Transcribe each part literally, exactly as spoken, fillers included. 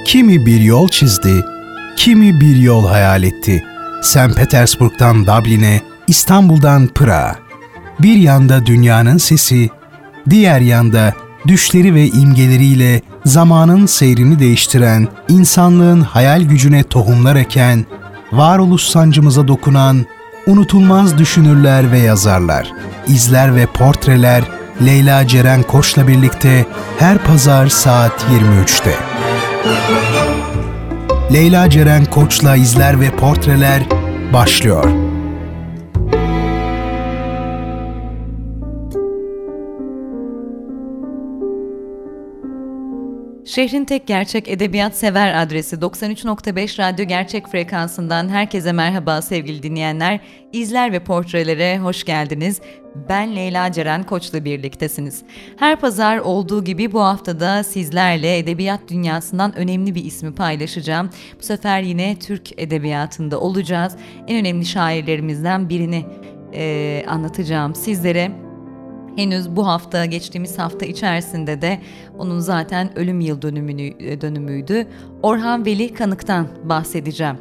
Kimi bir yol çizdi, kimi bir yol hayal etti. Sankt Petersburg'dan Dublin'e, İstanbul'dan Pırağa. Bir yanda dünyanın sesi, diğer yanda düşleri ve imgeleriyle zamanın seyrini değiştiren, insanlığın hayal gücüne tohumlar eken, varoluş sancımıza dokunan, unutulmaz düşünürler ve yazarlar, izler ve portreler Leyla Ceren Koç'la birlikte her pazar saat yirmi üçte. Leyla Ceren Koç'la izler ve portreler başlıyor. Şehrin tek gerçek edebiyat sever adresi doksan üç nokta beş Radyo Gerçek frekansından herkese merhaba sevgili dinleyenler. İzler ve portrelere hoş geldiniz. Ben Leyla Ceren Koç'la birliktesiniz. Her pazar olduğu gibi bu haftada sizlerle edebiyat dünyasından önemli bir ismi paylaşacağım. Bu sefer yine Türk edebiyatında olacağız. En önemli şairlerimizden birini e, anlatacağım sizlere. Henüz bu hafta, geçtiğimiz hafta içerisinde de onun zaten ölüm yıl dönümünü, dönümüydü. Orhan Veli Kanık'tan bahsedeceğim.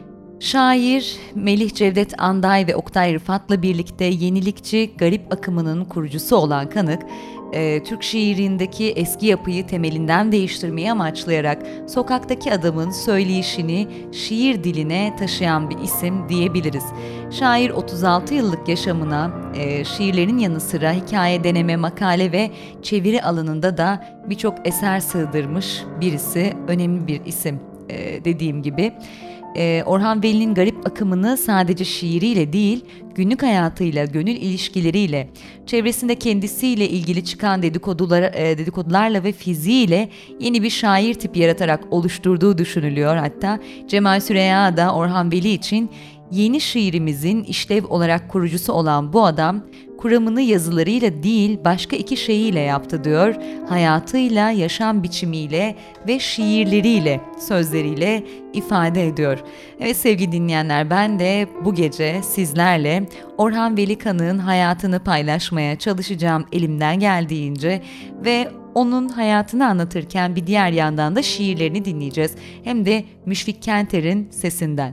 Şair Melih Cevdet Anday ve Oktay Rıfat'la birlikte yenilikçi garip akımının kurucusu olan Kanık, e, Türk şiirindeki eski yapıyı temelinden değiştirmeyi amaçlayarak sokaktaki adamın söyleyişini şiir diline taşıyan bir isim diyebiliriz. Şair otuz altı yıllık yaşamına e, şiirlerin yanı sıra hikaye, deneme, makale ve çeviri alanında da birçok eser sığdırmış birisi, önemli bir isim e, dediğim gibi. Orhan Veli'nin garip akımını sadece şiiriyle değil, günlük hayatıyla, gönül ilişkileriyle, çevresinde kendisiyle ilgili çıkan dedikodular, dedikodularla ve fiziğiyle yeni bir şair tipi yaratarak oluşturduğu düşünülüyor. Hatta Cemal Süreya da Orhan Veli için yeni şiirimizin işlev olarak kurucusu olan bu adam, kuramını yazılarıyla değil başka iki şeyiyle yaptı diyor. Hayatıyla, yaşam biçimiyle ve şiirleriyle, sözleriyle ifade ediyor. Evet sevgili dinleyenler, ben de bu gece sizlerle Orhan Veli Kanık'ın hayatını paylaşmaya çalışacağım elimden geldiğince ve onun hayatını anlatırken bir diğer yandan da şiirlerini dinleyeceğiz. Hem de Müşfik Kenter'in sesinden.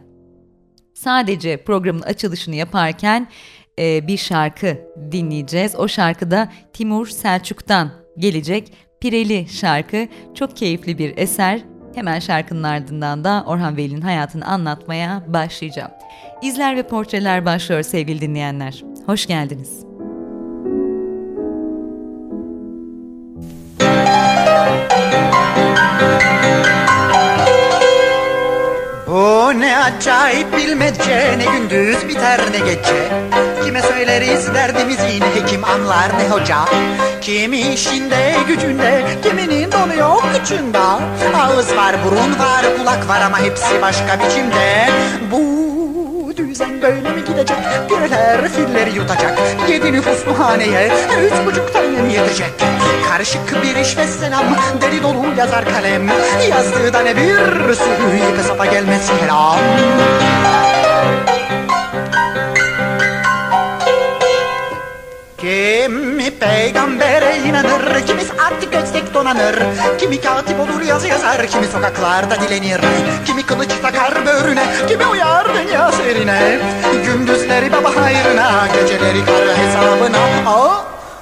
Sadece programın açılışını yaparken e, bir şarkı dinleyeceğiz. O şarkıda Timur Selçuk'tan gelecek. Pireli şarkı, çok keyifli bir eser. Hemen şarkının ardından da Orhan Veli'nin hayatını anlatmaya başlayacağım. İzler ve portreler başlıyor sevgili dinleyenler. Hoş geldiniz. Bu ne acayip bilmece, ne gündüz biter ne gece. Kime söyleriz derdimizi, ne hekim anlar ne hoca. Kimi işinde gücünde, kiminin donu yok kıçında. Ağız var, burun var, kulak var ama hepsi başka biçimde. Bu düzen böyle mi gidecek? Pireler filleri yutacak. Yedi nüfuslu haneye üç buçuk tane yetecek. Karışık bir iş ve selam, deli dolu yazar kalem. Yazdığı da ne bir sürü ipe sapa gelmez kelam. Kimi peygambere inanır, kimisi artık göçtek donanır. Kimi katip olur yazı yazar, kimi sokaklarda dilenir. Kimi kılıç takar böğrüne, kimi uyar dünya serine. Gündüzleri baba hayrına, geceleri kar hesabına. Aa!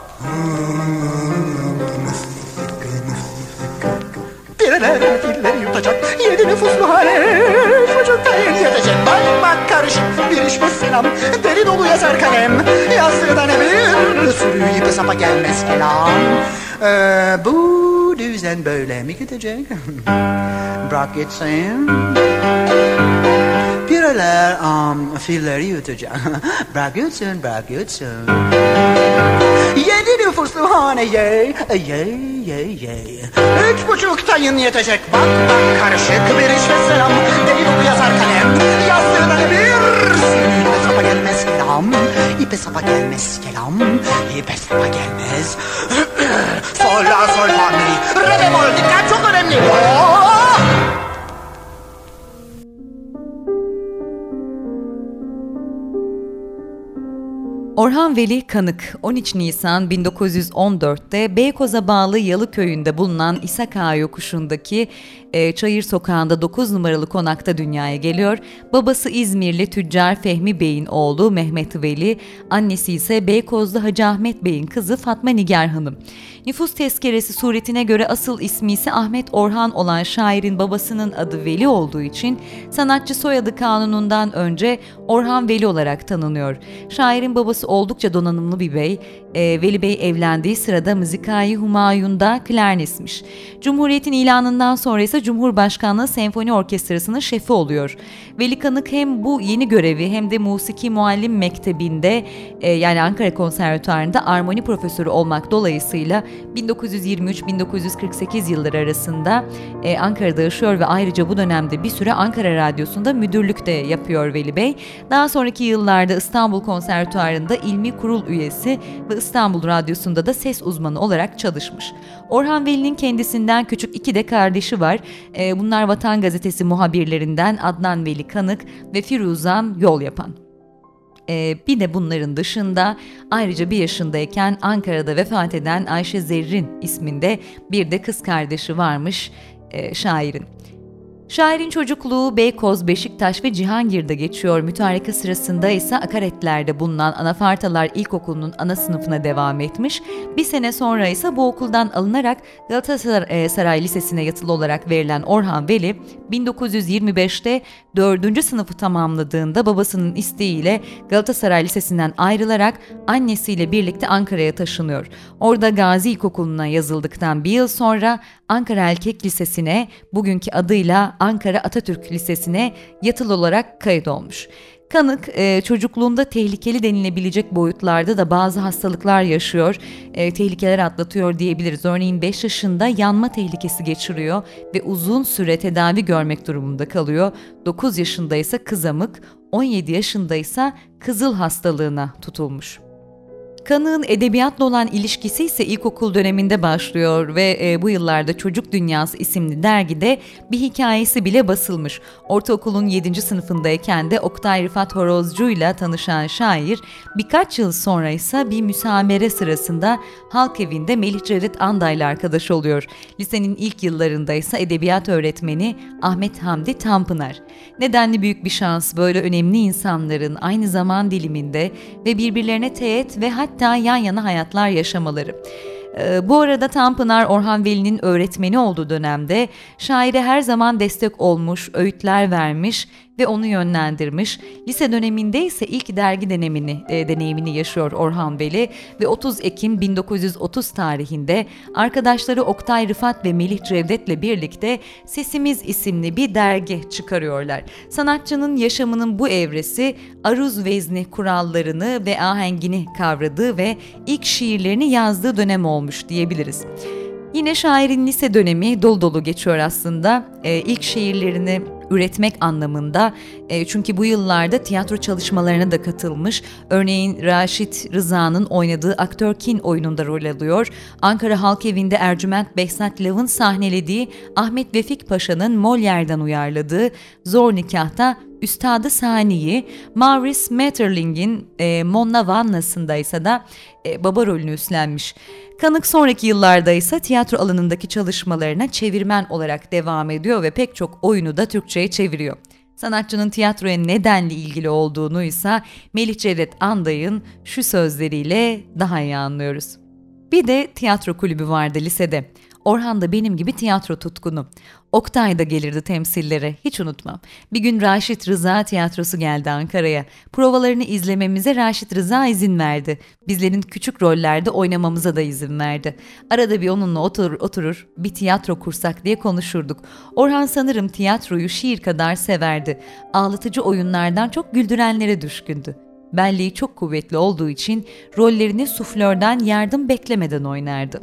Pireler filleri yutacak, yedi nüfuslu hane çocukta yetecek. Bak bak karışık bir iş ve selam, deli dolu yazar kalem. Yazdığı da ne bir sürü ipe sapa gelmez kelam. ee, Bu düzen böyle mi gidecek? Bırak gitsin. Pireler um, filleri yutacak. Bırak gitsin, bırak gitsin. Yedi nüfuslu haneye ye ye ye. Üç buçuk tayın yetecek. Bak bak karışık bir iş ve selam, deli dolu yazar kalem. Yazdığına ne bir ipe sapa gelmez kelam. İpe sapa gelmez kelam. İpe sapa gelmez. Sol la sol fa mi. Re bemol, dikkat çok önemli. Oh! Orhan Veli Kanık, on üç Nisan bin dokuz yüz on dörtte Beykoz'a bağlı Yalıköy'ünde bulunan İshak Ağa yokuşundaki e, Çayır Sokağı'nda dokuz numaralı konakta dünyaya geliyor. Babası İzmirli tüccar Fehmi Bey'in oğlu Mehmet Veli, annesi ise Beykozlu Hacı Ahmet Bey'in kızı Fatma Nigar Hanım. Nüfus tezkeresi suretine göre asıl ismi ise Ahmet Orhan olan şairin babasının adı Veli olduğu için sanatçı soyadı kanunundan önce Orhan Veli olarak tanınıyor. Şairin babası oldukça donanımlı bir bey. E, Veli Bey evlendiği sırada Mızıkayı Humayun'da klarnesmiş. Cumhuriyetin ilanından sonra ise Cumhurbaşkanlığı Senfoni Orkestrası'nın şefi oluyor. Veli Kanık hem bu yeni görevi hem de Musiki Muallim Mektebi'nde e, yani Ankara Konservatuarı'nda armoni profesörü olmak dolayısıyla bin dokuz yüz yirmi üç bin dokuz yüz kırk sekiz yılları arasında e, Ankara'da yaşıyor ve ayrıca bu dönemde bir süre Ankara Radyosu'nda müdürlük de yapıyor Veli Bey. Daha sonraki yıllarda İstanbul Konservatuarı'nda ilmi kurul üyesi ve İstanbul Radyosu'nda da ses uzmanı olarak çalışmış. Orhan Veli'nin kendisinden küçük iki de kardeşi var. E, bunlar Vatan Gazetesi muhabirlerinden Adnan Veli Kanık ve Firuzan Yol Yapan. Ee, bir de bunların dışında ayrıca bir yaşındayken Ankara'da vefat eden Ayşe Zerrin isminde bir de kız kardeşi varmış e, şairin. Şairin çocukluğu Beykoz, Beşiktaş ve Cihangir'de geçiyor. Mütareke sırasında ise Akaretler'de bulunan Anafartalar İlkokulu'nun ana sınıfına devam etmiş. Bir sene sonra ise bu okuldan alınarak Galatasaray Lisesi'ne yatılı olarak verilen Orhan Veli, bin dokuz yüz yirmi beşte dördüncü sınıfı tamamladığında babasının isteğiyle Galatasaray Lisesi'nden ayrılarak annesiyle birlikte Ankara'ya taşınıyor. Orada Gazi İlkokulu'na yazıldıktan bir yıl sonra Ankara Erkek Lisesi'ne, bugünkü adıyla Ankara Atatürk Lisesi'ne yatılı olarak kayıt olmuş. Kanık e, çocukluğunda tehlikeli denilebilecek boyutlarda da bazı hastalıklar yaşıyor, e, tehlikeler atlatıyor diyebiliriz. Örneğin beş yaşında yanma tehlikesi geçiriyor ve uzun süre tedavi görmek durumunda kalıyor. dokuz yaşında ise kızamık, on yedi yaşında ise kızıl hastalığına tutulmuş. Kanık'ın edebiyatla olan ilişkisi ise ilkokul döneminde başlıyor ve e, bu yıllarda Çocuk Dünyası isimli dergide bir hikayesi bile basılmış. Ortaokulun yedinci sınıfındayken de Oktay Rıfat Horozcu'yla tanışan şair birkaç yıl sonra ise bir müsamere sırasında Halk Evi'nde Melih Cevdet Anday'la arkadaş oluyor. Lisenin ilk yıllarında ise edebiyat öğretmeni Ahmet Hamdi Tanpınar. Nedenli büyük bir şans böyle önemli insanların aynı zaman diliminde ve birbirlerine teğet ve hatta hatta yan yana hayatlar yaşamaları. Ee, bu arada Tanpınar, Orhan Veli'nin öğretmeni olduğu dönemde şaire her zaman destek olmuş, öğütler vermiş ve onu yönlendirmiş. Lise döneminde ise ilk dergi denemini, e, deneyimini yaşıyor Orhan Veli ve otuz Ekim bin dokuz yüz otuz tarihinde arkadaşları Oktay Rıfat ve Melih Cevdet'le birlikte Sesimiz isimli bir dergi çıkarıyorlar. Sanatçının yaşamının bu evresi aruz vezni kurallarını ve ahengini kavradığı ve ilk şiirlerini yazdığı dönem olmuş diyebiliriz. Yine şairin lise dönemi dolu dolu geçiyor aslında. Ee, ilk şiirlerini üretmek anlamında. E, çünkü bu yıllarda tiyatro çalışmalarına da katılmış. Örneğin Raşit Rıza'nın oynadığı Aktör Kin oyununda rol alıyor. Ankara Halk Evi'nde Ercüment Behzat Lav'ın sahnelediği Ahmet Vefik Paşa'nın Molière'den uyarladığı Zor Nikah'ta Üstad-ı Sani'yi, Maurice Maeterlinck'in e, Monna Vanna'sında ise de e, baba rolünü üstlenmiş. Kanık sonraki yıllarda ise tiyatro alanındaki çalışmalarına çevirmen olarak devam ediyor ve pek çok oyunu da Türkçe'ye çeviriyor. Sanatçının tiyatroya nedenli ilgili olduğunu ise Melih Cevdet Anday'ın şu sözleriyle daha iyi anlıyoruz. Bir de tiyatro kulübü vardı lisede. Orhan da benim gibi tiyatro tutkunu. Oktay da gelirdi temsillere, hiç unutmam. Bir gün Raşit Rıza tiyatrosu geldi Ankara'ya. Provalarını izlememize Raşit Rıza izin verdi. Bizlerin küçük rollerde oynamamıza da izin verdi. Arada bir onunla oturur, oturur bir tiyatro kursak diye konuşurduk. Orhan sanırım tiyatroyu şiir kadar severdi. Ağlatıcı oyunlardan çok güldürenlere düşkündü. Belleği çok kuvvetli olduğu için rollerini suflörden yardım beklemeden oynardı.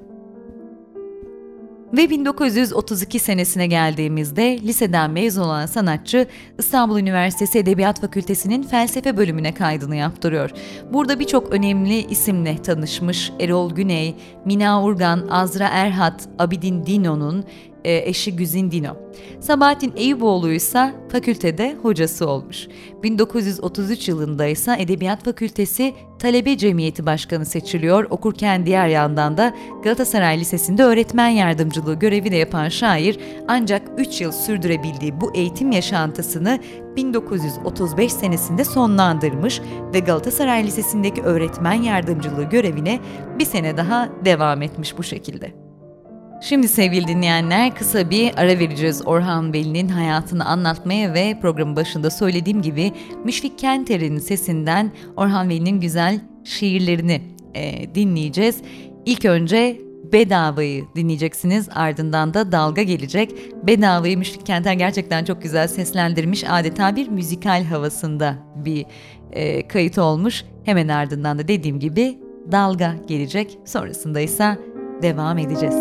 Ve bin dokuz yüz otuz iki senesine geldiğimizde liseden mezun olan sanatçı İstanbul Üniversitesi Edebiyat Fakültesi'nin felsefe bölümüne kaydını yaptırıyor. Burada birçok önemli isimle tanışmış. Erol Güney, Mina Urgan, Azra Erhat, Abidin Dino'nun e, eşi Güzin Dino. Sabahattin Eyüboğlu ise fakültede hocası olmuş. bin dokuz yüz otuz üç yılında ise Edebiyat Fakültesi Talebe Cemiyeti Başkanı seçiliyor. Okurken diğer yandan da Galatasaray Lisesi'nde öğretmen yardımcılığı görevi de yapan şair ancak üç yıl sürdürebildiği bu eğitim yaşantısını bin dokuz yüz otuz beş senesinde sonlandırmış ve Galatasaray Lisesi'ndeki öğretmen yardımcılığı görevine bir sene daha devam etmiş bu şekilde. Şimdi sevgili dinleyenler, kısa bir ara vereceğiz Orhan Veli'nin hayatını anlatmaya ve programın başında söylediğim gibi Müşfik Kenter'in sesinden Orhan Veli'nin güzel şiirlerini e, dinleyeceğiz. İlk önce Bedava'yı dinleyeceksiniz, ardından da Dalga gelecek. Bedava'yı Müşfik Kenter gerçekten çok güzel seslendirmiş, adeta bir müzikal havasında bir e, kayıt olmuş. Hemen ardından da dediğim gibi Dalga gelecek, sonrasında ise devam edeceğiz.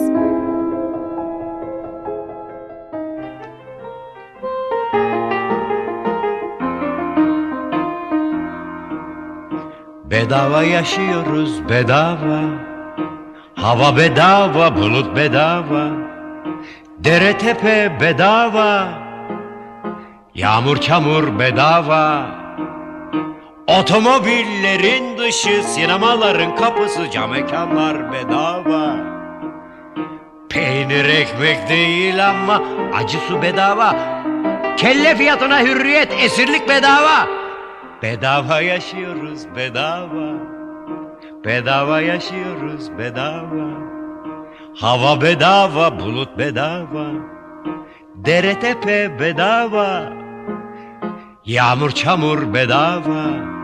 Bedava yaşıyoruz, bedava. Hava bedava, bulut bedava. Dere tepe bedava. Yağmur çamur bedava. Otomobillerin dışı, sinemaların kapısı, cam mekanlar bedava. Peynir ekmek değil ama acı su bedava. Kelle fiyatına hürriyet, esirlik bedava. Bedava yaşıyoruz, bedava. Bedava yaşıyoruz, bedava. Hava bedava, bulut bedava. Dere tepe bedava. Yağmur çamur bedava.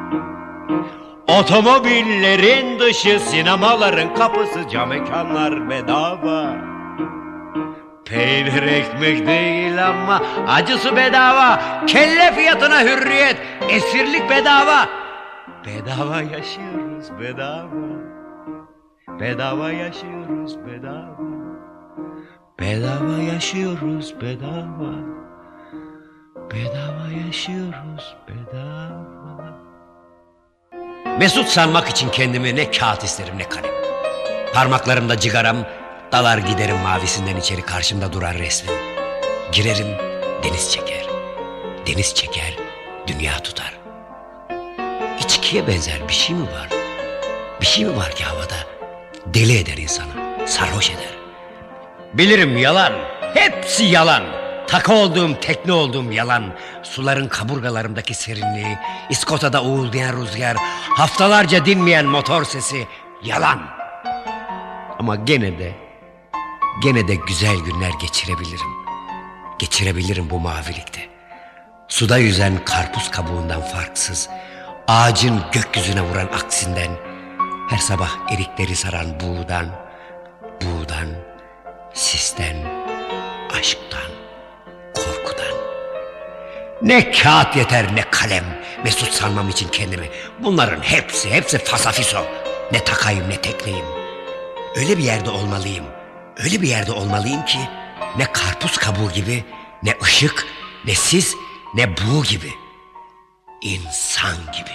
Otomobillerin dışı, sinemaların kapısı, cam mekanlar bedava. Peynir ekmek değil ama acısı bedava. Kelle fiyatına hürriyet, esirlik bedava. Bedava yaşıyoruz, bedava. Bedava yaşıyoruz, bedava. Bedava yaşıyoruz, bedava. Bedava yaşıyoruz, bedava. Mesut sanmak için kendimi ne kağıt isterim ne kalem. Parmaklarımda cigaram, dalar giderim mavisinden içeri, karşımda durar resmim. Girerim, deniz çeker. Deniz çeker, dünya tutar. İçkiye benzer bir şey mi var? Bir şey mi var ki havada? Deli eder insanı, sarhoş eder. Bilirim yalan, hepsi yalan. Takı olduğum, tekne olduğum yalan. Suların kaburgalarımdaki serinliği, İskota'da uğuldayan rüzgar, haftalarca dinmeyen motor sesi, yalan. Ama gene de, gene de güzel günler geçirebilirim. Geçirebilirim bu mavilikte. Suda yüzen karpuz kabuğundan farksız, ağacın gökyüzüne vuran aksinden, her sabah erikleri saran buğdan, buğdan, sisten, aşktan, korkudan. Ne kağıt yeter ne kalem Mesut sanmam için kendimi. Bunların hepsi, hepsi fasafiso. Ne takayım ne tekneyim. Öyle bir yerde olmalıyım. Öyle bir yerde olmalıyım ki ne karpuz kabuğu gibi, ne ışık, ne sis, ne buğu gibi. İnsan gibi.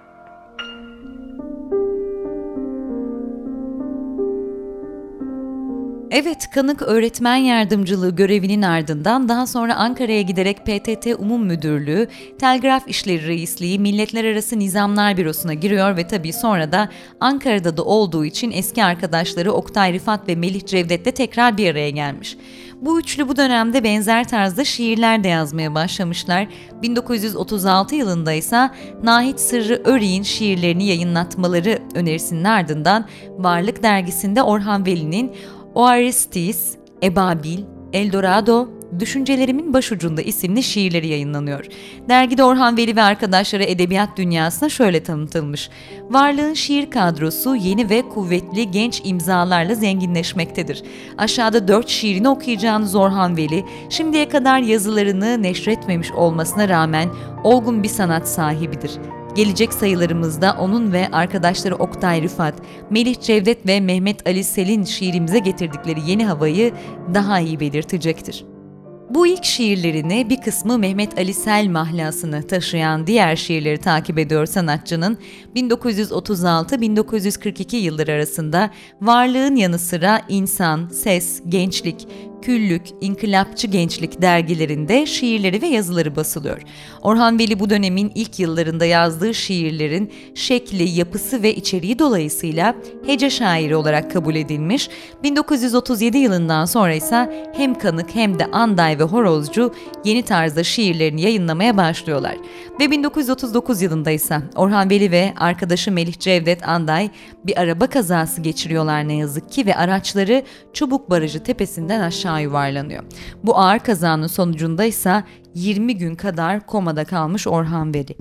Evet, Kanık öğretmen yardımcılığı görevinin ardından daha sonra Ankara'ya giderek P T T Umum Müdürlüğü, Telgraf İşleri Reisliği, Milletler Arası Nizamlar Bürosu'na giriyor ve tabii sonra da Ankara'da da olduğu için eski arkadaşları Oktay Rıfat ve Melih Cevdet'le tekrar bir araya gelmiş. Bu üçlü bu dönemde benzer tarzda şiirler de yazmaya başlamışlar. bin dokuz yüz otuz altı yılında ise Nahit Sırrı Örik'in şiirlerini yayınlatmaları önerisinin ardından Varlık Dergisi'nde Orhan Veli'nin Oaristis, Ebabil, Eldorado, Düşüncelerimin Başucunda isimli şiirleri yayınlanıyor. Dergide Orhan Veli ve arkadaşları edebiyat dünyasına şöyle tanıtılmış. Varlığın şiir kadrosu yeni ve kuvvetli genç imzalarla zenginleşmektedir. Aşağıda dört şiirini okuyacağınız Orhan Veli, şimdiye kadar yazılarını neşretmemiş olmasına rağmen olgun bir sanat sahibidir. Gelecek sayılarımızda onun ve arkadaşları Oktay Rıfat, Melih Cevdet ve Mehmet Ali Sel'in şiirimize getirdikleri yeni havayı daha iyi belirtecektir. Bu ilk şiirlerini, bir kısmı Mehmet Ali Sel mahlasını taşıyan diğer şiirleri takip ediyor sanatçının. bin dokuz yüz otuz altı bin dokuz yüz kırk iki yılları arasında varlığın yanı sıra insan, ses, gençlik, Küllük, İnkılapçı Gençlik dergilerinde şiirleri ve yazıları basılıyor. Orhan Veli bu dönemin ilk yıllarında yazdığı şiirlerin şekli, yapısı ve içeriği dolayısıyla hece şairi olarak kabul edilmiş. bin dokuz yüz otuz yedi yılından sonra ise hem Kanık hem de Anday ve Horozcu yeni tarzda şiirlerini yayınlamaya başlıyorlar. Ve bin dokuz yüz otuz dokuz yılında ise Orhan Veli ve arkadaşı Melih Cevdet Anday bir araba kazası geçiriyorlar ne yazık ki ve araçları Çubuk Barajı tepesinden aşağı yuvarlanıyor. Bu ağır kazanın sonucunda ise yirmi gün kadar komada kalmış Orhan Veli.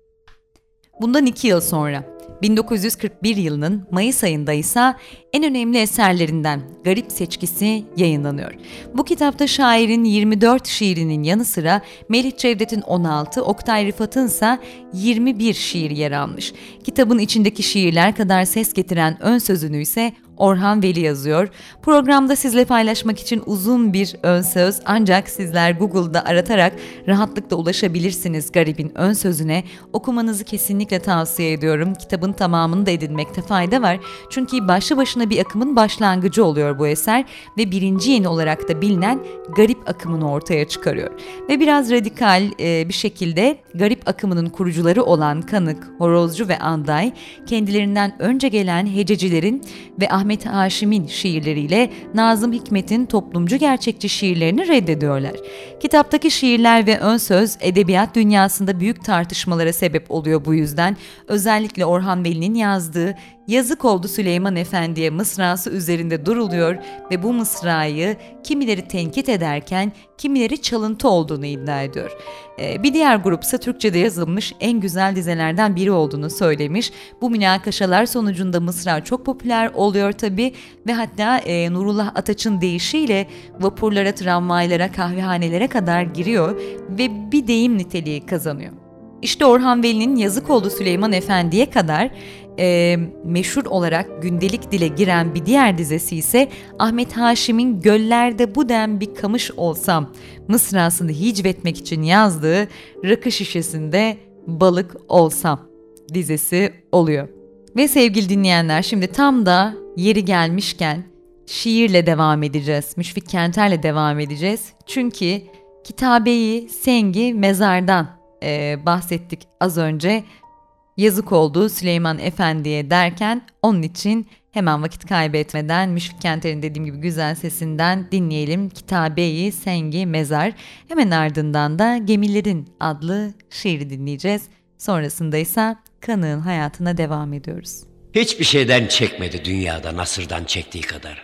Bundan iki yıl sonra bin dokuz yüz kırk bir yılının Mayıs ayında ise en önemli eserlerinden Garip Seçkisi yayınlanıyor. Bu kitapta şairin yirmi dört şiirinin yanı sıra Melih Cevdet'in on altı, Oktay Rıfat'ın ise yirmi bir şiir yer almış. Kitabın içindeki şiirler kadar ses getiren ön sözünü ise Orhan Veli yazıyor. Programda sizle paylaşmak için uzun bir ön söz, ancak sizler Google'da aratarak rahatlıkla ulaşabilirsiniz Garip'in ön sözüne. Okumanızı kesinlikle tavsiye ediyorum. Kitabın tamamını da edinmekte fayda var. Çünkü başlı başına bir akımın başlangıcı oluyor bu eser ve birinci yeni olarak da bilinen Garip akımını ortaya çıkarıyor. Ve biraz radikal e, bir şekilde Garip akımının kurucuları olan Kanık, Horozcu ve Anday kendilerinden önce gelen hececilerin ve Ahmet Haşim'in şiirleriyle Nazım Hikmet'in toplumcu gerçekçi şiirlerini reddediyorlar. Kitaptaki şiirler ve ön söz edebiyat dünyasında büyük tartışmalara sebep oluyor bu yüzden. Özellikle Orhan Veli'nin yazdığı Yazık Oldu Süleyman Efendi'ye mısrası üzerinde duruluyor ve bu mısrayı kimileri tenkit ederken kimileri çalıntı olduğunu iddia ediyor. Ee, bir diğer grup ise Türkçe'de yazılmış en güzel dizelerden biri olduğunu söylemiş. Bu münakaşalar sonucunda mısra çok popüler oluyor tabii ve hatta e, Nurullah Ataç'ın deyişiyle vapurlara, tramvaylara, kahvehanelere kadar giriyor ve bir deyim niteliği kazanıyor. İşte Orhan Veli'nin Yazık Oldu Süleyman Efendi'ye kadar e, meşhur olarak gündelik dile giren bir diğer dizesi ise Ahmet Haşim'in Göllerde bu dem bir kamış olsam mısrasını hicvetmek için yazdığı Rakı Şişesinde Balık Olsam dizesi oluyor. Ve sevgili dinleyenler, şimdi tam da yeri gelmişken şiirle devam edeceğiz. Müşfik Kenter'le devam edeceğiz. Çünkü Kitabe-i Sengi Mezar'dan Ee, bahsettik az önce. Yazık oldu Süleyman Efendi'ye derken onun için hemen vakit kaybetmeden Müşfik Kenter'in dediğim gibi güzel sesinden dinleyelim Kitabe-i Sengi Mezar. Hemen ardından da Gemilerin adlı şiiri dinleyeceğiz. Sonrasında ise Kanık'ın hayatına devam ediyoruz. Hiçbir şeyden çekmedi dünyada Nasır'dan çektiği kadar.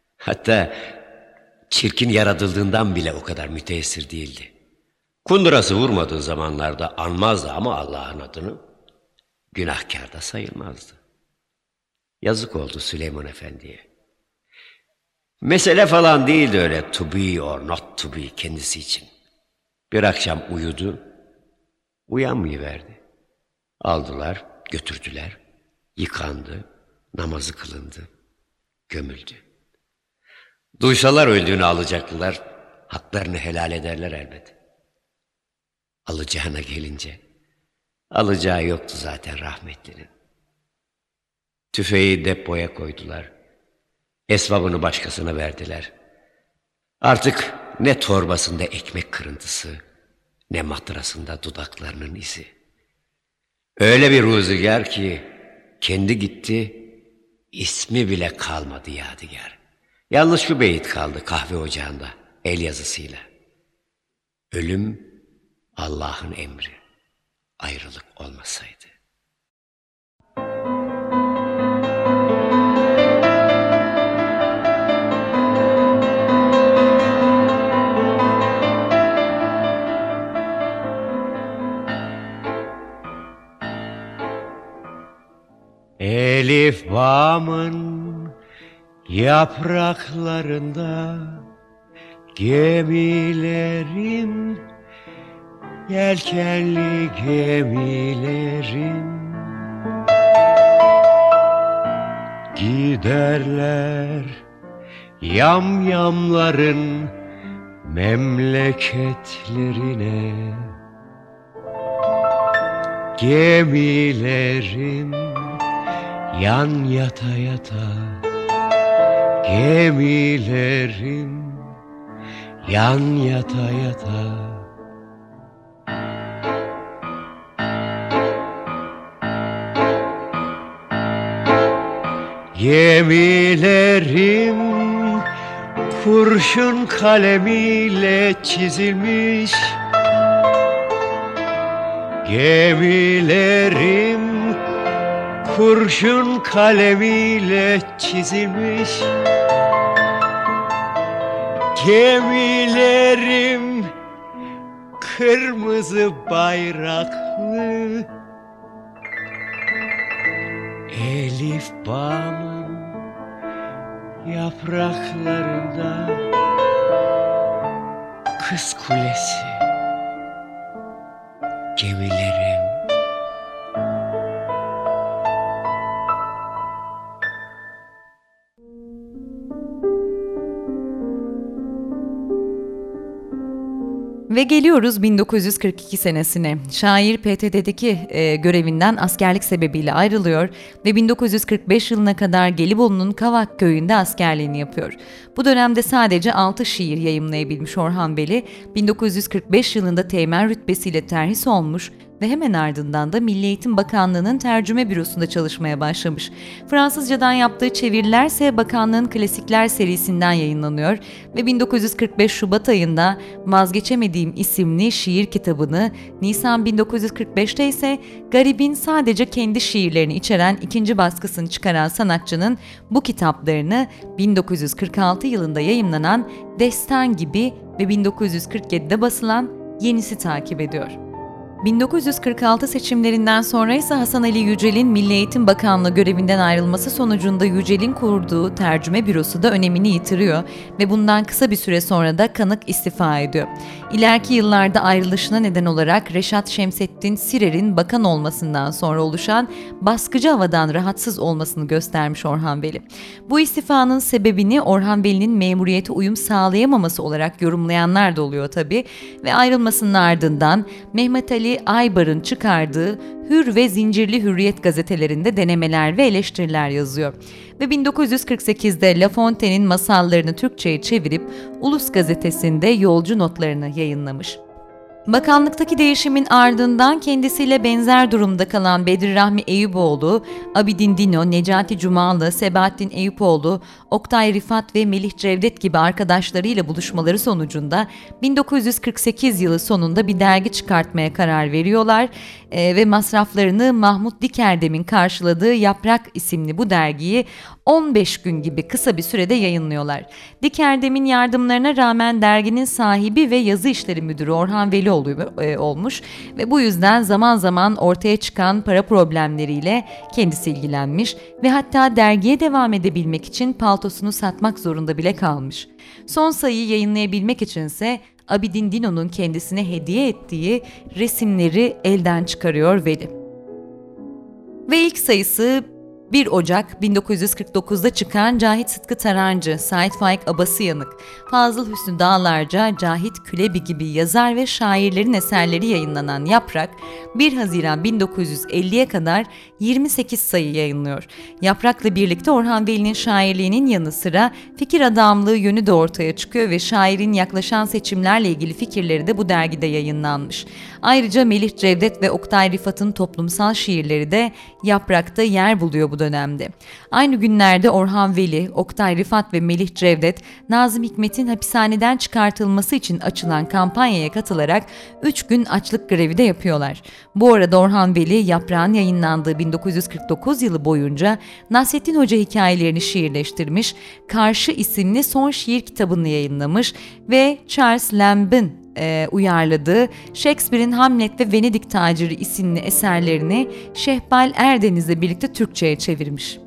Hatta çirkin yaratıldığından bile o kadar müteessir değildi. Kundurası vurmadığı zamanlarda anmazdı ama Allah'ın adını, günahkar da sayılmazdı. Yazık oldu Süleyman Efendi'ye. Mesele falan değildi öyle to be or not to be kendisi için. Bir akşam uyudu, uyanmayıverdi. Aldılar, götürdüler, yıkandı, namazı kılındı, gömüldü. Duysalar öldüğünü alacaklılar, haklarını helal ederler elbet. Alacağına gelince, alacağı yoktu zaten rahmetlinin. Tüfeği depoya koydular, esvabını başkasına verdiler. Artık ne torbasında ekmek kırıntısı, ne matrasında dudaklarının izi. Öyle bir rüzgar ki, kendi gitti, ismi bile kalmadı yadigar. Yalnız şu beyit kaldı kahve ocağında, el yazısıyla. Ölüm, Allah'ın emri, ayrılık olmasaydı. Elif bağımın yapraklarında gemilerin, yelkenli gemilerin giderler yamyamların memleketlerine. Gemilerin yan yata yata, gemilerin yan yata yata. Gemilerim kurşun kalemiyle çizilmiş. Gemilerim kurşun kalemiyle çizilmiş. Gemilerim kırmızı bayraklı. Elif bağımın yapraklarında Kız Kulesi gemilerim. Ve geliyoruz bin dokuz yüz kırk iki senesine. Şair P T T'deki e, görevinden askerlik sebebiyle ayrılıyor ve bin dokuz yüz kırk beş yılına kadar Gelibolu'nun Kavak köyünde askerliğini yapıyor. Bu dönemde sadece altı şiir yayımlayabilmiş Orhan Veli, bin dokuz yüz kırk beş yılında teğmen rütbesiyle terhis olmuş ve hemen ardından da Milli Eğitim Bakanlığı'nın tercüme bürosunda çalışmaya başlamış. Fransızcadan yaptığı çeviriler ise bakanlığın klasikler serisinden yayınlanıyor ve bin dokuz yüz kırk beş Şubat ayında Vazgeçemediğim isimli şiir kitabını, Nisan bin dokuz yüz kırk beşte ise Garib'in sadece kendi şiirlerini içeren ikinci baskısını çıkaran sanatçının bu kitaplarını bin dokuz yüz kırk altı yılında yayımlanan Destan gibi ve bin dokuz yüz kırk yedide basılan Yenisi takip ediyor. bin dokuz yüz kırk altı seçimlerinden sonra ise Hasan Ali Yücel'in Milli Eğitim Bakanlığı görevinden ayrılması sonucunda Yücel'in kurduğu tercüme bürosu da önemini yitiriyor ve bundan kısa bir süre sonra da Kanık istifa ediyor. İleriki yıllarda ayrılışına neden olarak Reşat Şemsettin Sirer'in bakan olmasından sonra oluşan baskıcı havadan rahatsız olmasını göstermiş Orhan Veli. Bu istifanın sebebini Orhan Veli'nin memuriyete uyum sağlayamaması olarak yorumlayanlar da oluyor tabii ve ayrılmasının ardından Mehmet Ali Aybar'ın çıkardığı Hür ve Zincirli Hürriyet gazetelerinde denemeler ve eleştiriler yazıyor. Ve bin dokuz yüz kırk sekizde La Fontaine'in masallarını Türkçe'ye çevirip Ulus gazetesinde yolcu notlarını yayınlamış. Bakanlıktaki değişimin ardından kendisiyle benzer durumda kalan Bedri Rahmi Eyüboğlu, Abidin Dino, Necati Cumalı, Sebahattin Eyüpoğlu, Oktay Rifat ve Melih Cevdet gibi arkadaşlarıyla buluşmaları sonucunda bin dokuz yüz kırk sekiz yılı sonunda bir dergi çıkartmaya karar veriyorlar e, ve masraflarını Mahmut Dikerdem'in karşıladığı Yaprak isimli bu dergiyi on beş gün gibi kısa bir sürede yayınlıyorlar. Dikerdem'in yardımlarına rağmen derginin sahibi ve yazı işleri müdürü Orhan Veli oluyor, e, olmuş ve bu yüzden zaman zaman ortaya çıkan para problemleriyle kendisi ilgilenmiş ve hatta dergiye devam edebilmek için paltosunu satmak zorunda bile kalmış. Son sayıyı yayınlayabilmek içinse Abidin Dino'nun kendisine hediye ettiği resimleri elden çıkarıyor Veli. Ve ilk sayısı bir Ocak bin dokuz yüz kırk dokuzda çıkan Cahit Sıtkı Tarancı, Sait Faik Abasıyanık, Fazıl Hüsnü Dağlarca, Cahit Külebi gibi yazar ve şairlerin eserleri yayınlanan Yaprak, bir Haziran bin dokuz yüz elliye kadar yirmi sekiz sayı yayınlıyor. Yaprak'la birlikte Orhan Veli'nin şairliğinin yanı sıra fikir adamlığı yönü de ortaya çıkıyor ve şairin yaklaşan seçimlerle ilgili fikirleri de bu dergide yayınlanmış. Ayrıca Melih Cevdet ve Oktay Rifat'ın toplumsal şiirleri de Yaprak'ta yer buluyor bu dönemde. Aynı günlerde Orhan Veli, Oktay Rifat ve Melih Cevdet, Nazım Hikmet'in hapishaneden çıkartılması için açılan kampanyaya katılarak üç gün açlık grevi de yapıyorlar. Bu arada Orhan Veli, Yaprağın yayınlandığı bin dokuz yüz kırk dokuz yılı boyunca Nasrettin Hoca hikayelerini şiirleştirmiş, Karşı isimli son şiir kitabını yayınlamış ve Charles Lamb'ın E, uyarladığı Shakespeare'in Hamlet ve Venedik Taciri isimli eserlerini Şehbal Erdeniz'le birlikte Türkçe'ye çevirmiş.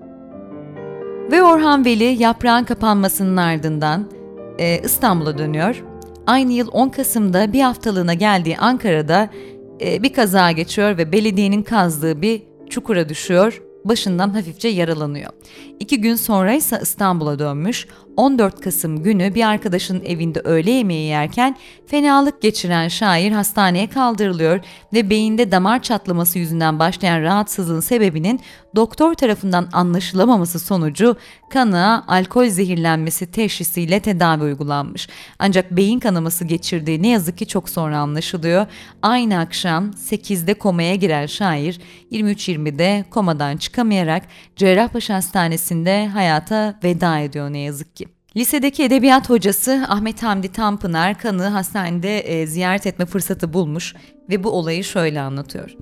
Ve Orhan Veli Yaprağın kapanmasının ardından e, İstanbul'a dönüyor. Aynı yıl on Kasım'da bir haftalığına geldiği Ankara'da e, bir kaza geçiyor ve belediyenin kazdığı bir çukura düşüyor. Başından hafifçe yaralanıyor. İki gün sonra ise İstanbul'a dönmüş. on dört Kasım günü bir arkadaşının evinde öğle yemeği yerken fenalık geçiren şair hastaneye kaldırılıyor ve beyinde damar çatlaması yüzünden başlayan rahatsızlığın sebebinin doktor tarafından anlaşılamaması sonucu kanığa alkol zehirlenmesi teşhisiyle tedavi uygulanmış. Ancak beyin kanaması geçirdiği ne yazık ki çok sonra anlaşılıyor. Aynı akşam sekizde komaya giren şair yirmi üç yirmide komadan çıkamayarak Cerrahpaşa Hastanesi'nde hayata veda ediyor ne yazık ki. Lisedeki edebiyat hocası Ahmet Hamdi Tanpınar kanığı hastanede e, ziyaret etme fırsatı bulmuş ve bu olayı şöyle anlatıyor.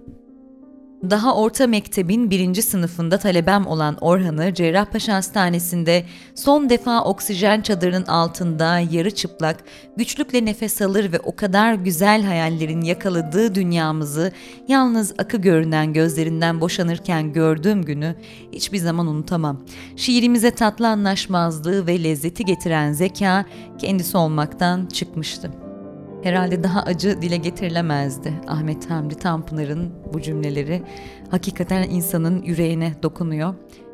Daha orta mektebin birinci sınıfında talebem olan Orhan'ı Cerrahpaşa Hastanesi'nde son defa oksijen çadırının altında yarı çıplak, güçlükle nefes alır ve o kadar güzel hayallerin yakaladığı dünyamızı yalnız akı görünen gözlerinden boşanırken gördüğüm günü hiçbir zaman unutamam. Şiirimize tatlı anlaşmazlığı ve lezzeti getiren zeka kendisi olmaktan çıkmıştı. Herhalde daha acı dile getirilemezdi Ahmet Hamdi Tanpınar'ın bu cümleleri. Hakikaten insanın yüreğine dokunuyor.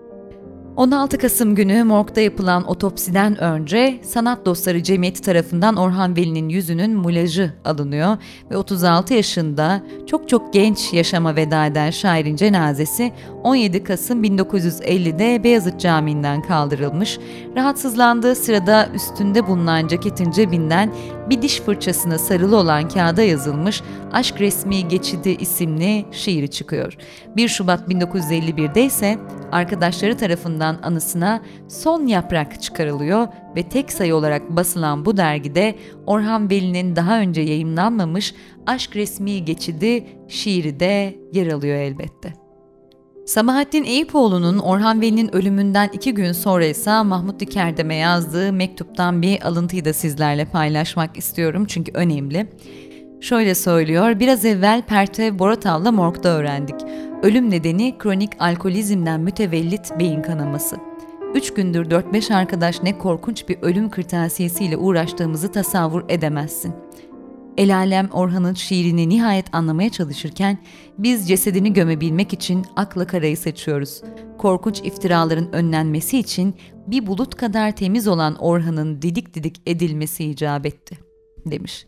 on altı Kasım günü morgda yapılan otopsiden önce Sanat Dostları Cemiyeti tarafından Orhan Veli'nin yüzünün mulajı alınıyor ve otuz altı yaşında çok çok genç yaşama veda eden şairin cenazesi on yedi Kasım bin dokuz yüz ellide Beyazıt Camii'nden kaldırılmış. Rahatsızlandığı sırada üstünde bulunan ceketin cebinden bir diş fırçasına sarılı olan kağıda yazılmış Aşk Resmi Geçidi isimli şiiri çıkıyor. bir Şubat bin dokuz yüz elli birde ise arkadaşları tarafından anısına son yaprak çıkarılıyor ve tek sayı olarak basılan bu dergide Orhan Veli'nin daha önce yayımlanmamış Aşk Resmi Geçidi şiiri de yer alıyor elbette. Sabahattin Eyüpoğlu'nun Orhan Veli'nin ölümünden iki gün sonra ise Mahmut Dikerdem'e yazdığı mektuptan bir alıntıyı da sizlerle paylaşmak istiyorum çünkü önemli. Şöyle söylüyor, biraz evvel Pertev Boratav'la morgda öğrendik. Ölüm nedeni kronik alkolizmden mütevellit beyin kanaması. Üç gündür dört beş arkadaş ne korkunç bir ölüm kırtasiyesiyle uğraştığımızı tasavvur edemezsin. El alem Orhan'ın şiirini nihayet anlamaya çalışırken biz cesedini gömebilmek için akla karayı seçiyoruz. Korkunç iftiraların önlenmesi için bir bulut kadar temiz olan Orhan'ın didik didik edilmesi icap etti, demiş.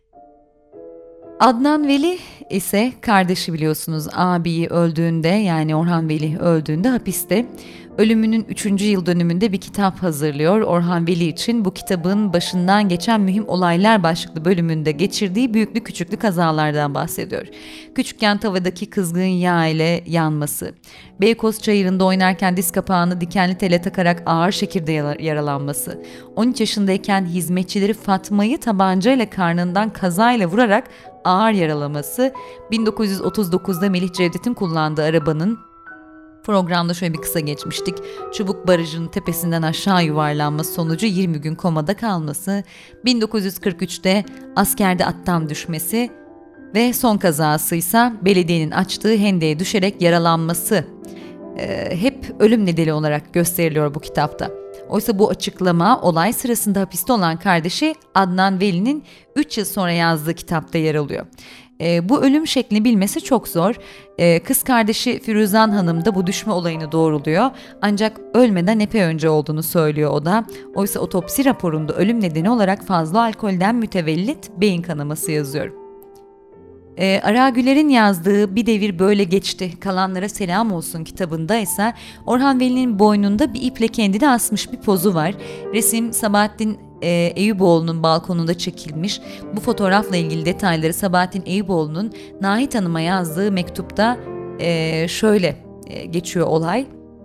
Adnan Veli ise kardeşi biliyorsunuz abiyi öldüğünde yani Orhan Veli öldüğünde hapiste. Ölümünün üçüncü yıl dönümünde bir kitap hazırlıyor Orhan Veli için. Bu kitabın başından geçen mühim olaylar başlıklı bölümünde geçirdiği büyüklü küçüklü kazalardan bahsediyor. Küçükken tavadaki kızgın yağ ile yanması, Beykoz Çayırı'nda oynarken diz kapağını dikenli tele takarak ağır şekilde yaralanması, on üç yaşındayken hizmetçileri Fatma'yı tabancayla karnından kazayla vurarak ağır yaralaması, bin dokuz yüz otuz dokuzda Melih Cevdet'in kullandığı arabanın programda şöyle bir kısa geçmiştik. Çubuk Barajı'nın tepesinden aşağı yuvarlanması sonucu yirmi gün komada kalması, bin dokuz yüz kırk üçte askerde attan düşmesi ve son kazasıysa belediyenin açtığı hendeye düşerek yaralanması ee, hep ölüm nedeni olarak gösteriliyor bu kitapta. Oysa bu açıklama olay sırasında hapiste olan kardeşi Adnan Veli'nin üç yıl sonra yazdığı kitapta yer alıyor. E, bu ölüm şeklini bilmesi çok zor. E, kız kardeşi Firuzan Hanım da bu düşme olayını doğruluyor. Ancak ölmeden epey önce olduğunu söylüyor o da. Oysa otopsi raporunda ölüm nedeni olarak fazla alkolden mütevellit beyin kanaması yazıyor. E, Ara Güler'in yazdığı Bir Devir Böyle Geçti, Kalanlara Selam Olsun kitabında ise Orhan Veli'nin boynunda bir iple kendini asmış bir pozu var. Resim Sabahattin e, Eyüboğlu'nun balkonunda çekilmiş. Bu fotoğrafla ilgili detayları Sabahattin Eyüboğlu'nun Nahit Hanım'a yazdığı mektupta e, şöyle e, geçiyor olay.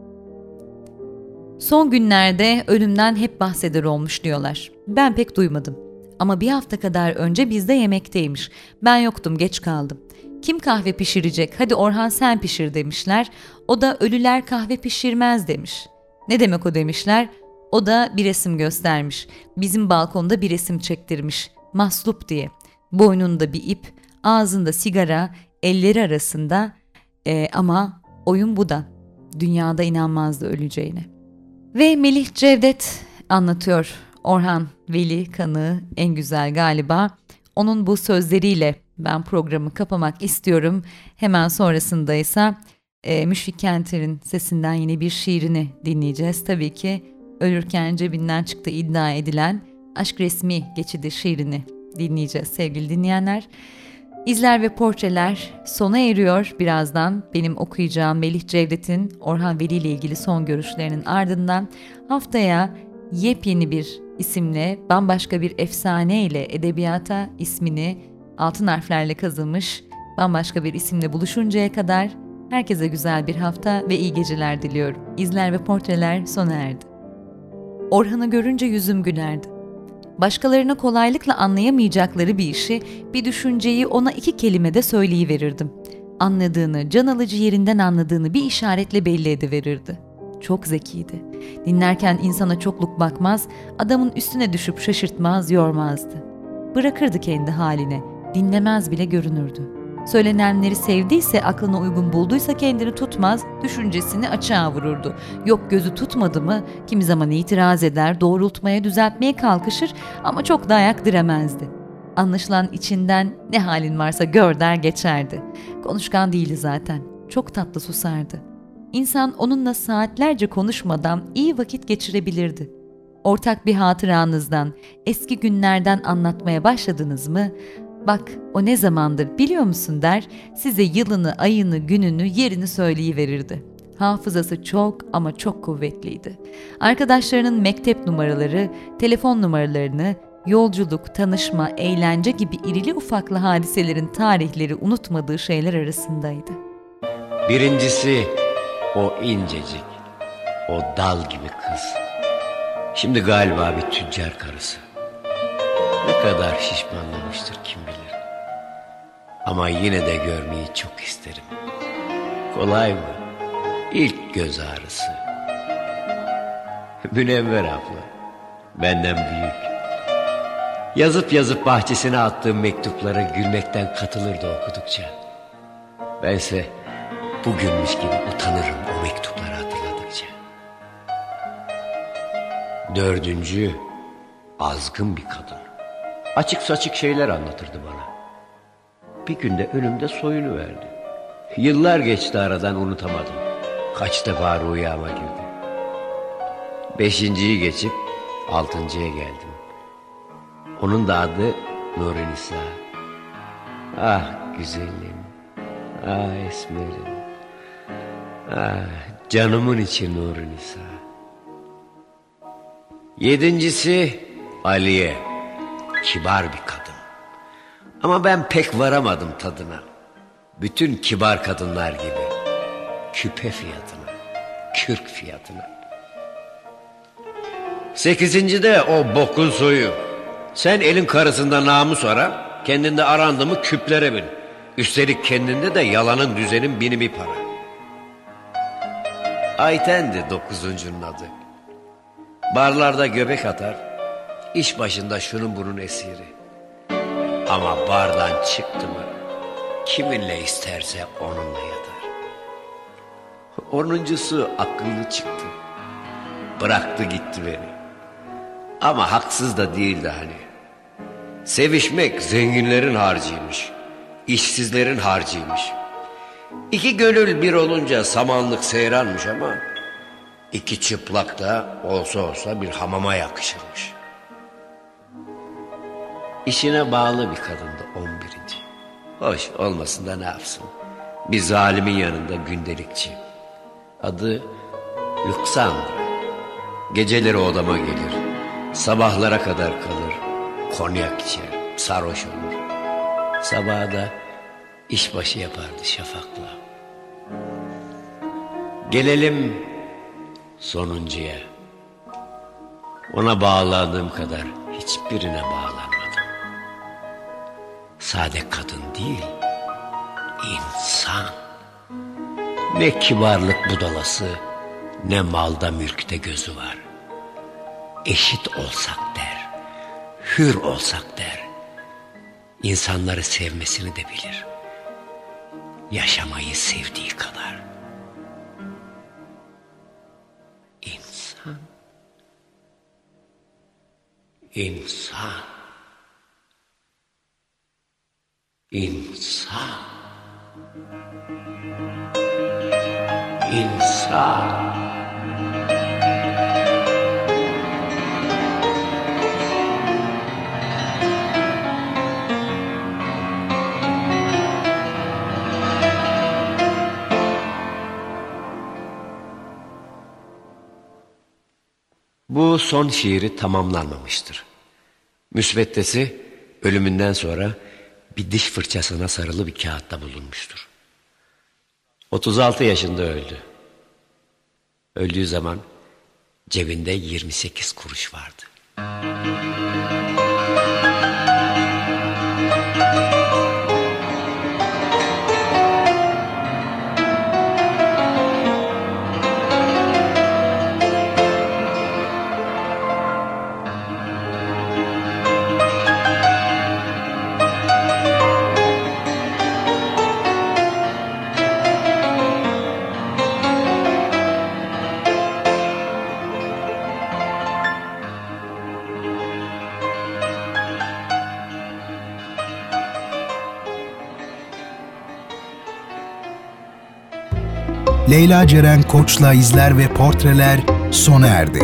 Son günlerde ölümden hep bahseder olmuş diyorlar. Ben pek duymadım. Ama bir hafta kadar önce bizde yemekteymiş. Ben yoktum, geç kaldım. Kim kahve pişirecek? Hadi Orhan sen pişir demişler. O da ölüler kahve pişirmez demiş. Ne demek o demişler? O da bir resim göstermiş. Bizim balkonda bir resim çektirmiş. Maslup diye. Boynunda bir ip, ağzında sigara, elleri arasında. Ee, ama oyun bu da. Dünyada inanmazdı öleceğine. Ve Melih Cevdet anlatıyor. Orhan Veli kanığı en güzel galiba. Onun bu sözleriyle ben programı kapamak istiyorum. Hemen sonrasında ise e, Müşfik Kenter'in sesinden yine bir şiirini dinleyeceğiz. Tabii ki ölürken cebinden çıktı iddia edilen Aşk Resmi Geçidi şiirini dinleyeceğiz sevgili dinleyenler. İzler ve portreler sona eriyor birazdan. Benim okuyacağım Melih Cevdet'in Orhan Veli ile ilgili son görüşlerinin ardından haftaya yepyeni bir isimle, bambaşka bir efsane ile edebiyata ismini altın harflerle kazımış bambaşka bir isimle buluşuncaya kadar herkese güzel bir hafta ve iyi geceler diliyorum. İzler ve portreler sona erdi. Orhan'ı görünce yüzüm gülerdi. Başkalarına kolaylıkla anlayamayacakları bir işi, bir düşünceyi ona iki kelimede söyleyiverirdim. Anladığını, can alıcı yerinden anladığını bir işaretle belli ediverirdi. Çok zekiydi. Dinlerken insana çokluk bakmaz, adamın üstüne düşüp şaşırtmaz, yormazdı. Bırakırdı kendi haline, dinlemez bile görünürdü. Söylenenleri sevdiyse, aklına uygun bulduysa kendini tutmaz, düşüncesini açığa vururdu. Yok gözü tutmadı mı, kimi zaman itiraz eder, doğrultmaya, düzeltmeye kalkışır ama çok da ayak diremezdi. Anlaşılan içinden ne halin varsa gör der geçerdi. Konuşkan değildi zaten, çok tatlı susardı. İnsan onunla saatlerce konuşmadan iyi vakit geçirebilirdi. Ortak bir hatıranızdan, eski günlerden anlatmaya başladınız mı, bak o ne zamandır biliyor musun der, size yılını, ayını, gününü, yerini söyleyiverirdi. Hafızası çok ama çok kuvvetliydi. Arkadaşlarının mektep numaraları, telefon numaralarını, yolculuk, tanışma, eğlence gibi irili ufaklı hadiselerin tarihleri unutmadığı şeyler arasındaydı. Birincisi o incecik, o dal gibi kız. Şimdi galiba bir tüccar karısı. Ne kadar şişmanlamıştır kim bilir. Ama yine de görmeyi çok isterim. Kolay mı? İlk göz ağrısı. Münevver abla, benden büyük. Yazıp yazıp bahçesine attığım mektuplara gülmekten katılırdı okudukça. Bense bugünmüş gibi utanırım o mektupları hatırladıkça. Dördüncü, azgın bir kadın. Açık saçık şeyler anlatırdı bana. Bir günde önümde soyunuverdi. Yıllar geçti aradan, unutamadım. Kaç defa rüyama girdi. Beşinciyi geçip altıncıya geldim. Onun da adı Nuri-Nisa. Ah güzelim, ah esmerim, ah canımın içi Nuri-Nisa. Yedincisi Aliye. Kibar bir kadın. Ama ben pek varamadım tadına. Bütün kibar kadınlar gibi. Küpe fiyatına, kürk fiyatına. Sekizinci de o bokun soyu. Sen elin karısında namus ara, kendinde arandı mı küplere bin. Üstelik kendinde de yalanın düzenin bini bir para. Ayten'di dokuzuncunun adı. Barlarda göbek atar, iş başında şunun bunun esiri. Ama bardan çıktı mı, kiminle isterse onunla yatar. Onuncusu akıllı çıktı. Bıraktı gitti beni. Ama haksız da değildi hani. Sevişmek zenginlerin harcıymış, işsizlerin harcıymış. İki gönül bir olunca samanlık seyranmış ama iki çıplak da olsa olsa bir hamama yakışırmış. İşine bağlı bir kadındı on birinci. Hoş olmasın da ne yapsın. Bir zalimin yanında gündelikçi. Adı Luxandra. Geceleri odama gelir. Sabahlara kadar kalır. Konyak içer. Sarhoş olur. Sabaha da işbaşı yapardı şafakla. Gelelim sonuncuya. Ona bağlandığım kadar hiçbirine bağlanmadım. Sade kadın değil, insan. Ne kibarlık budalası, ne malda mülkte gözü var. Eşit olsak der, hür olsak der. İnsanları sevmesini de bilir. Yaşamayı sevdiği kadar. İnsan. İnsan. İnsan. İnsan. Bu son şiiri tamamlanmamıştır. Müsveddesi ölümünden sonra bir diş fırçasına sarılı bir kağıtta bulunmuştur. otuz altı yaşında öldü. Öldüğü zaman cebinde yirmi sekiz kuruş vardı. Leyla Ceren Koç'la izler ve portreler sona erdi.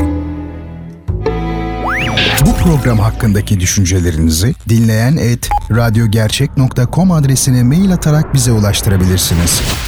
Bu program hakkındaki düşüncelerinizi dinleyen et radyogercek nokta com adresine mail atarak bize ulaştırabilirsiniz.